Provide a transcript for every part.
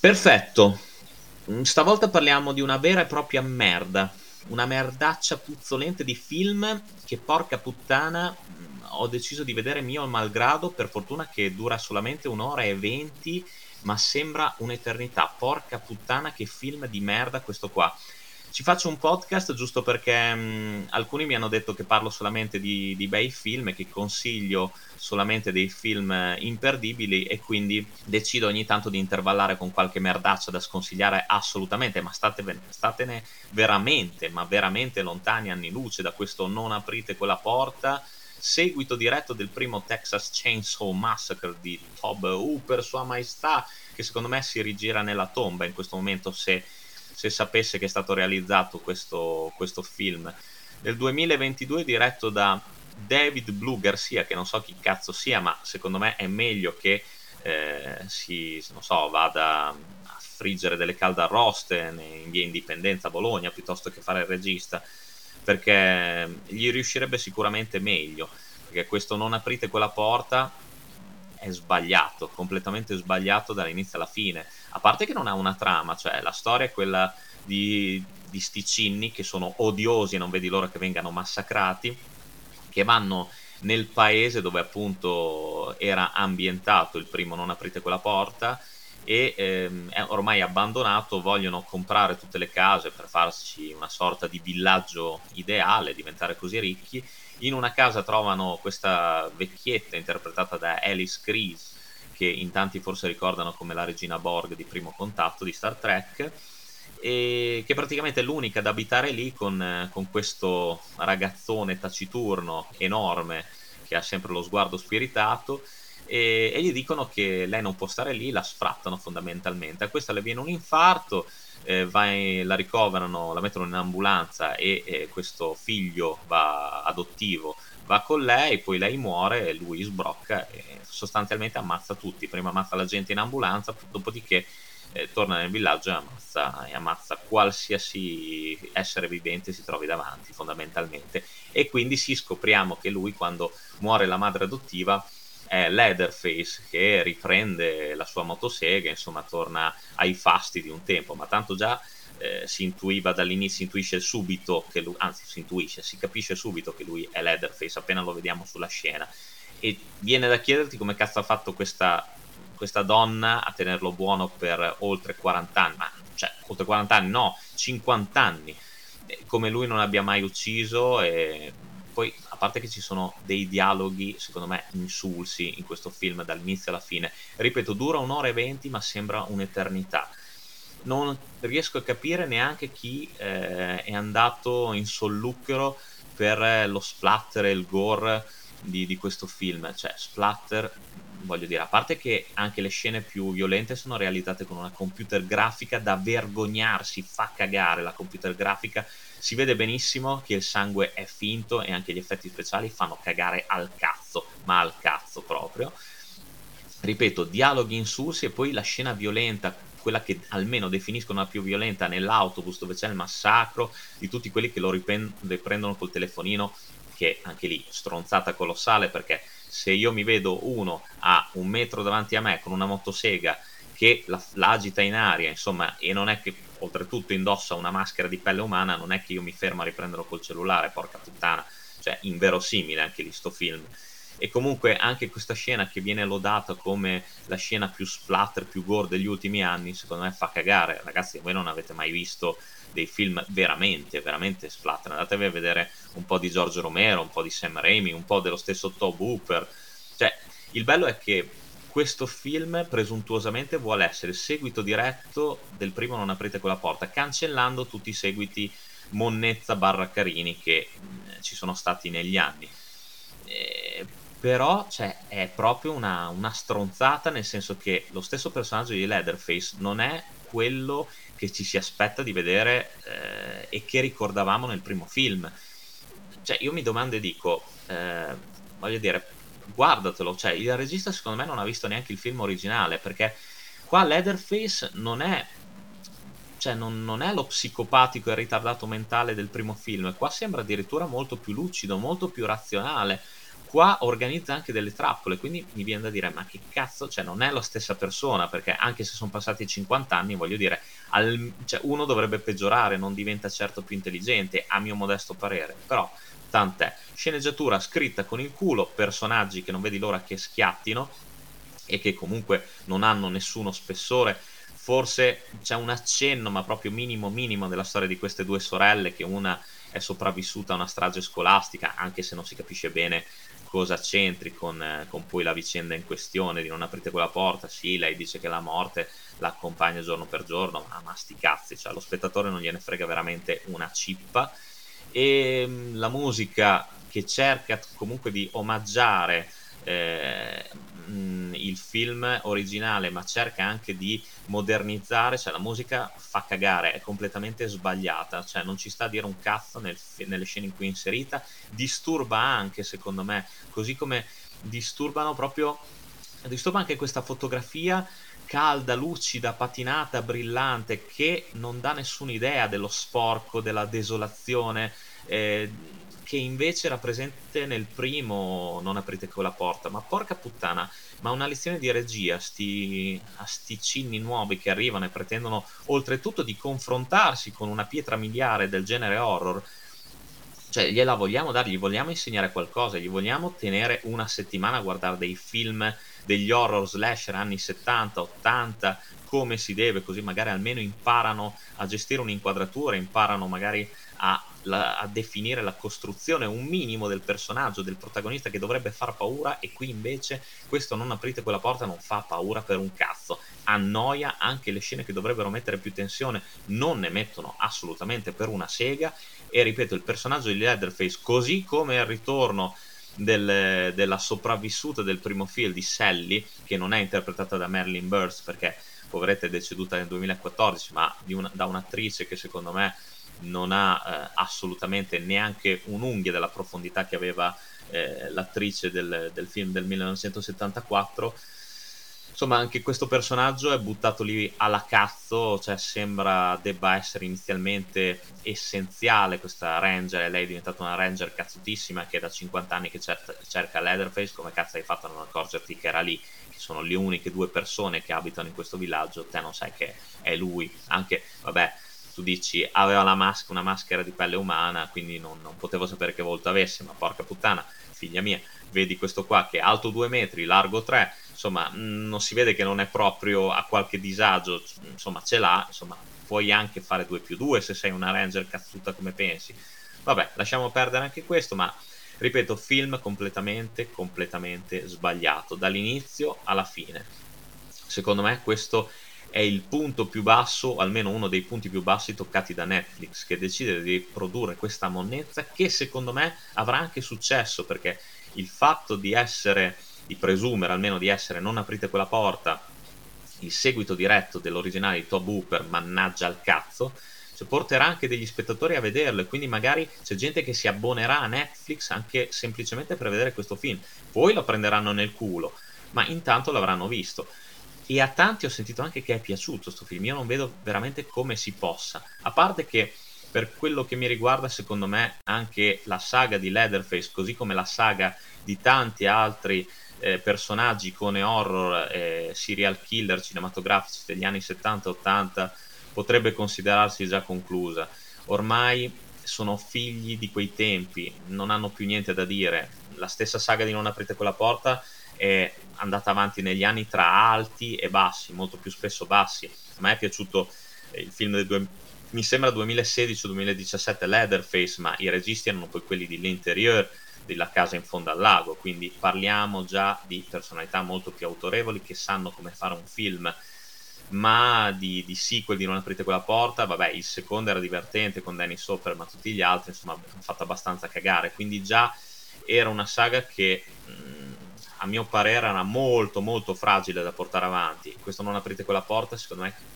Perfetto. Stavolta parliamo di una vera e propria merda, una merdaccia puzzolente di film che, porca puttana, ho deciso di vedere mio malgrado. Per fortuna che dura solamente 1 ora e 20, ma sembra un'eternità. Porca puttana, che film di merda questo qua. Ci faccio un podcast giusto perché alcuni mi hanno detto che parlo solamente di bei film e che consiglio solamente dei film imperdibili, e quindi decido ogni tanto di intervallare con qualche merdaccia da sconsigliare assolutamente, ma statene veramente, ma veramente lontani anni luce da questo Non aprite quella porta, seguito diretto del primo Texas Chainsaw Massacre di Tobe Hooper, Sua Maestà, che secondo me si rigira nella tomba in questo momento se sapesse che è stato realizzato questo film. Nel 2022 diretto da David Blue Garcia, che non so chi cazzo sia, ma secondo me è meglio che non so, vada a friggere delle caldarroste in via Indipendenza a Bologna piuttosto che fare il regista, perché gli riuscirebbe sicuramente meglio, perché questo Non aprite quella porta è sbagliato, completamente sbagliato dall'inizio alla fine. A parte che non ha una trama, cioè la storia è quella di sti cinni che sono odiosi e non vedi l'ora che vengano massacrati, che vanno nel paese dove appunto era ambientato il primo Non aprite quella porta, e è ormai abbandonato. Vogliono comprare tutte le case per farsi una sorta di villaggio ideale, diventare così ricchi. In una casa trovano questa vecchietta interpretata da Alice Kreese, che in tanti forse ricordano come la regina Borg di Primo Contatto di Star Trek, e che praticamente è l'unica ad abitare lì con questo ragazzone taciturno enorme che ha sempre lo sguardo spiritato, e gli dicono che lei non può stare lì, la sfrattano fondamentalmente. A questa le viene un infarto, la ricoverano, la mettono in ambulanza, e questo figlio adottivo va con lei, poi lei muore e lui sbrocca e sostanzialmente ammazza tutti. Prima ammazza la gente in ambulanza, dopodiché torna nel villaggio e ammazza qualsiasi essere vivente si trovi davanti, fondamentalmente. E quindi si scopriamo che lui, quando muore la madre adottiva, è Leatherface, che riprende la sua motosega, insomma torna ai fasti di un tempo, ma tanto già si intuiva dall'inizio, si intuisce subito che lui, anzi si capisce subito che lui è Leatherface appena lo vediamo sulla scena. E viene da chiederti come cazzo ha fatto questa donna a tenerlo buono per oltre 40 anni, ma cioè oltre 40 anni no, 50 anni, come lui non abbia mai ucciso. E poi, a parte che ci sono dei dialoghi secondo me insulsi in questo film dall'inizio alla fine, ripeto, dura 1 ora e 20 ma sembra un'eternità. Non riesco a capire neanche chi è andato in solluchero per lo splatter e il gore di questo film. Cioè, splatter, voglio dire, a parte che anche le scene più violente sono realizzate con una computer grafica da vergognarsi, fa cagare la computer grafica. Si vede benissimo che il sangue è finto e anche gli effetti speciali fanno cagare al cazzo, ma al cazzo proprio. Ripeto, dialoghi insulsi, e poi la scena violenta, quella che almeno definiscono la più violenta, nell'autobus dove c'è il massacro di tutti quelli che lo riprendono col telefonino, che anche lì stronzata colossale, perché se io mi vedo uno a 1 metro davanti a me con una motosega che la agita in aria, insomma, e non è che oltretutto indossa una maschera di pelle umana, non è che io mi fermo a riprenderlo col cellulare, porca puttana. Cioè, inverosimile anche lì sto film. E comunque anche questa scena, che viene lodata come la scena più splatter, più gore degli ultimi anni, secondo me fa cagare. Ragazzi, voi non avete mai visto dei film veramente, veramente splatter. Andatevi a vedere un po' di George Romero, un po' di Sam Raimi, un po' dello stesso Tobe Hooper. Cioè, il bello è che questo film presuntuosamente vuole essere il seguito diretto del primo Non aprite quella porta, cancellando tutti i seguiti monnezza barra carini che ci sono stati negli anni. Eh, Però, cioè, è proprio una stronzata, nel senso che lo stesso personaggio di Leatherface non è quello che ci si aspetta di vedere, e che ricordavamo nel primo film. Cioè, io mi domando e dico, voglio dire, guardatelo. Cioè, il regista secondo me non ha visto neanche il film originale, perché qua Leatherface non è, cioè non è lo psicopatico e ritardato mentale del primo film. Qua sembra addirittura molto più lucido, molto più razionale. qua organizza anche delle trappole, quindi mi viene da dire, ma che cazzo, cioè non è la stessa persona, perché anche se sono passati 50 anni, voglio dire, cioè, uno dovrebbe peggiorare, non diventa certo più intelligente, a mio modesto parere, però tant'è. Sceneggiatura scritta con il culo, personaggi che non vedi l'ora che schiattino e che comunque non hanno nessuno spessore. Forse c'è un accenno, ma proprio minimo minimo, della storia di queste due sorelle, che una è sopravvissuta a una strage scolastica, anche se non si capisce bene cosa c'entri con poi la vicenda in questione di Non aprite quella porta. Sì, lei dice che la morte la accompagna giorno per giorno, ma sti cazzi, cioè allo spettatore non gliene frega veramente una cippa. E la musica che cerca comunque di omaggiare il film originale, ma cerca anche di modernizzare, cioè la musica fa cagare, è completamente sbagliata, cioè non ci sta a dire un cazzo nelle scene in cui è inserita, disturba anche secondo me, così come disturba anche questa fotografia calda, lucida, patinata, brillante, che non dà nessuna idea dello sporco, della desolazione, che invece era presente nel primo Non aprite quella porta. Ma porca puttana, ma una lezione di regia a sti cinni nuovi che arrivano e pretendono oltretutto di confrontarsi con una pietra miliare del genere horror. Cioè, gliela vogliamo dare, gli vogliamo insegnare qualcosa, gli vogliamo tenere una settimana a guardare dei film, degli horror slasher anni 70, 80, come si deve, così magari almeno imparano a gestire un'inquadratura, imparano magari a definire la costruzione, un minimo del personaggio, del protagonista, che dovrebbe far paura, e qui invece questo Non aprite quella porta non fa paura per un cazzo, annoia, anche le scene che dovrebbero mettere più tensione non ne mettono assolutamente per una sega. E ripeto, il personaggio di Leatherface, così come il ritorno della sopravvissuta del primo film di Sally, che non è interpretata da Marilyn Burst perché poveretta è deceduta nel 2014, ma da un'attrice che secondo me non ha assolutamente neanche un'unghia della profondità che aveva l'attrice del film del 1974. Insomma, anche questo personaggio è buttato lì alla cazzo, cioè sembra debba essere inizialmente essenziale questa ranger, e lei è diventata una ranger cazzutissima che da 50 anni che cerca Leatherface. Come cazzo hai fatto a non accorgerti che era lì, che sono le uniche due persone che abitano in questo villaggio, te non sai che è lui? Anche, vabbè, tu dici aveva una maschera di pelle umana, quindi non potevo sapere che volto avesse, ma porca puttana, figlia mia, vedi questo qua che è alto 2 metri, largo 3, insomma, non si vede che non è proprio a qualche disagio, insomma, ce l'ha, insomma, puoi anche fare 2 più 2 se sei una ranger cazzuta come pensi. Vabbè, lasciamo perdere anche questo, ma ripeto, film completamente sbagliato, dall'inizio alla fine. Secondo me questo è il punto più basso, o almeno uno dei punti più bassi toccati da Netflix, che decide di produrre questa monnezza, che secondo me avrà anche successo, perché il fatto di presumere almeno di essere Non aprite quella porta, il seguito diretto dell'originale di Tobe Hooper, mannaggia al cazzo, cioè porterà anche degli spettatori a vederlo, e quindi magari c'è gente che si abbonerà a Netflix anche semplicemente per vedere questo film. Poi lo prenderanno nel culo, ma intanto l'avranno visto. E a tanti ho sentito anche che è piaciuto sto film. Io non vedo veramente come si possa, a parte che per quello che mi riguarda, secondo me anche la saga di Leatherface, così come la saga di tanti altri personaggi, icone horror, serial killer cinematografici degli anni 70-80, potrebbe considerarsi già conclusa. Ormai sono figli di quei tempi, non hanno più niente da dire. La stessa saga di Non aprite quella porta è andata avanti negli anni tra alti e bassi, molto più spesso bassi. A me è piaciuto il film mi sembra 2016 o 2017, Leatherface, ma i registi erano poi quelli di L'Interieur, della casa in fondo al lago, quindi parliamo già di personalità molto più autorevoli che sanno come fare un film. Ma di sequel di Non aprite quella porta, vabbè, il secondo era divertente con Dennis Hopper, ma tutti gli altri insomma hanno fatto abbastanza cagare, quindi già era una saga che a mio parere era molto fragile da portare avanti. Questo Non aprite quella porta secondo me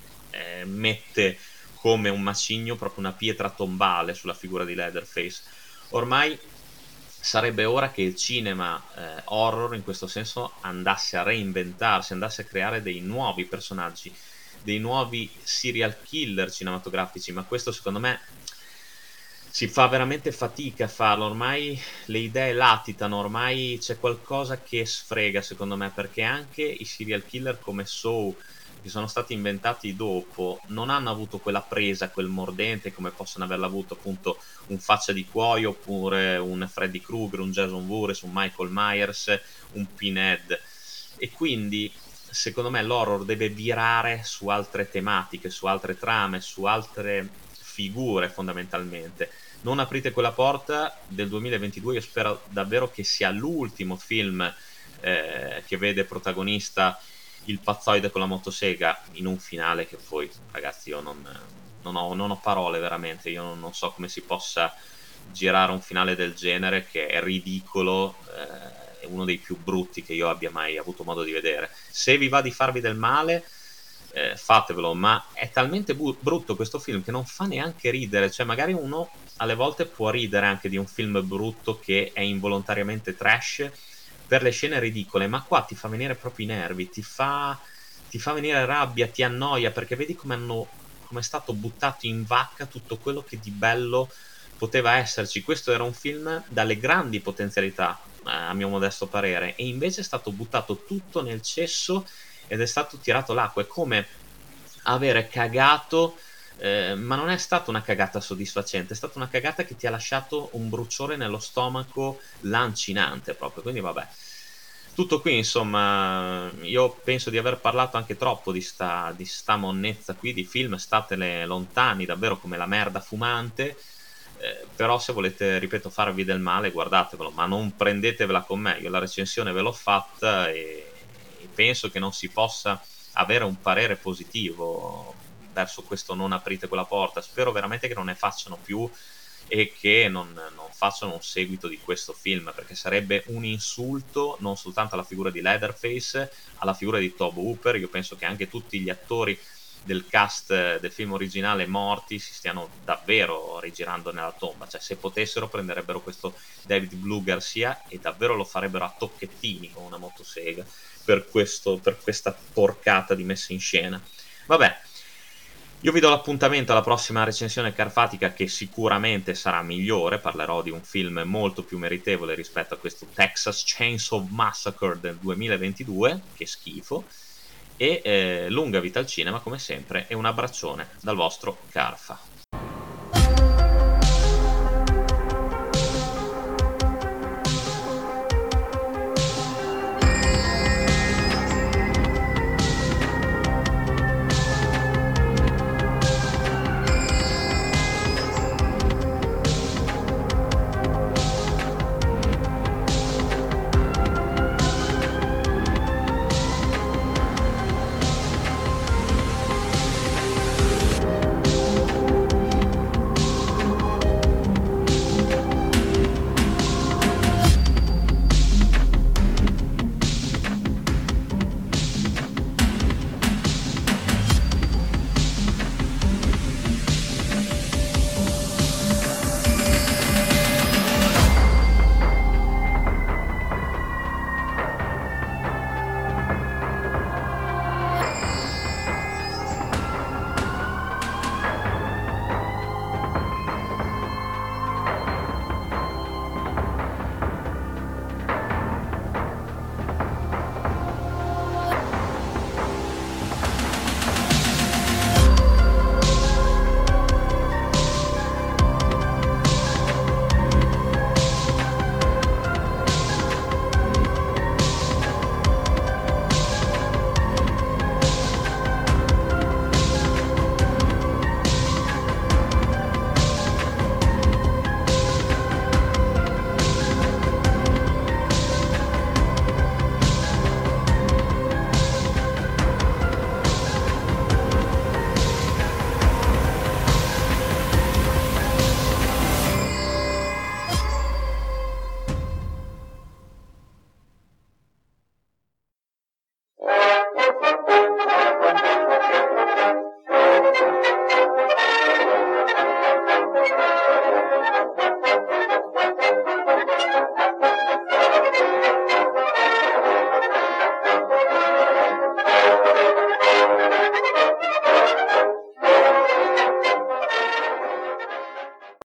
mette come un macigno proprio una pietra tombale sulla figura di Leatherface. Ormai sarebbe ora che il cinema horror in questo senso andasse a reinventarsi, andasse a creare dei nuovi personaggi, dei nuovi serial killer cinematografici, ma questo secondo me si fa veramente fatica a farlo, ormai le idee latitano, ormai c'è qualcosa che sfrega secondo me, perché anche i serial killer come Saw, che sono stati inventati dopo, non hanno avuto quella presa, quel mordente come possono averla avuto appunto un Faccia di Cuoio, oppure un Freddy Krueger, un Jason Voorhees, un Michael Myers, un Pinhead. E quindi secondo me l'horror deve virare su altre tematiche, su altre trame, su altre figure fondamentalmente. Non aprite quella porta del 2022, io spero davvero che sia l'ultimo film che vede protagonista il pazzoide con la motosega in un finale che poi, ragazzi, io non ho parole veramente, io non so come si possa girare un finale del genere, che è ridicolo, è uno dei più brutti che io abbia mai avuto modo di vedere. Se vi va di farvi del male, fatevelo, ma è talmente brutto questo film che non fa neanche ridere, cioè magari uno alle volte può ridere anche di un film brutto che è involontariamente trash per le scene ridicole, ma qua ti fa venire proprio i nervi, ti fa venire rabbia, ti annoia, perché vedi come è stato buttato in vacca tutto quello che di bello poteva esserci. Questo era un film dalle grandi potenzialità, a mio modesto parere, e invece è stato buttato tutto nel cesso ed è stato tirato l'acqua. È come avere cagato, ma non è stata una cagata soddisfacente, è stata una cagata che ti ha lasciato un bruciore nello stomaco lancinante proprio. Quindi vabbè. Tutto qui, insomma, io penso di aver parlato anche troppo di sta monnezza qui di film, statene lontani, davvero come la merda fumante, però se volete, ripeto, farvi del male, guardatevelo, ma non prendetevela con me, io la recensione ve l'ho fatta e penso che non si possa avere un parere positivo verso questo non aprite quella porta. Spero veramente che non ne facciano più e che non facciano un seguito di questo film, perché sarebbe un insulto non soltanto alla figura di Leatherface, alla figura di Tobe Hooper. Io penso che anche tutti gli attori del cast del film originale morti si stiano davvero rigirando nella tomba, cioè se potessero prenderebbero questo David Blue Garcia e davvero lo farebbero a tocchettini con una motosega per questa porcata di messa in scena. Vabbè, io vi do l'appuntamento alla prossima recensione carfatica, che sicuramente sarà migliore, parlerò di un film molto più meritevole rispetto a questo Texas Chainsaw Massacre del 2022, che schifo, e lunga vita al cinema come sempre, e un abbraccione dal vostro Carfa.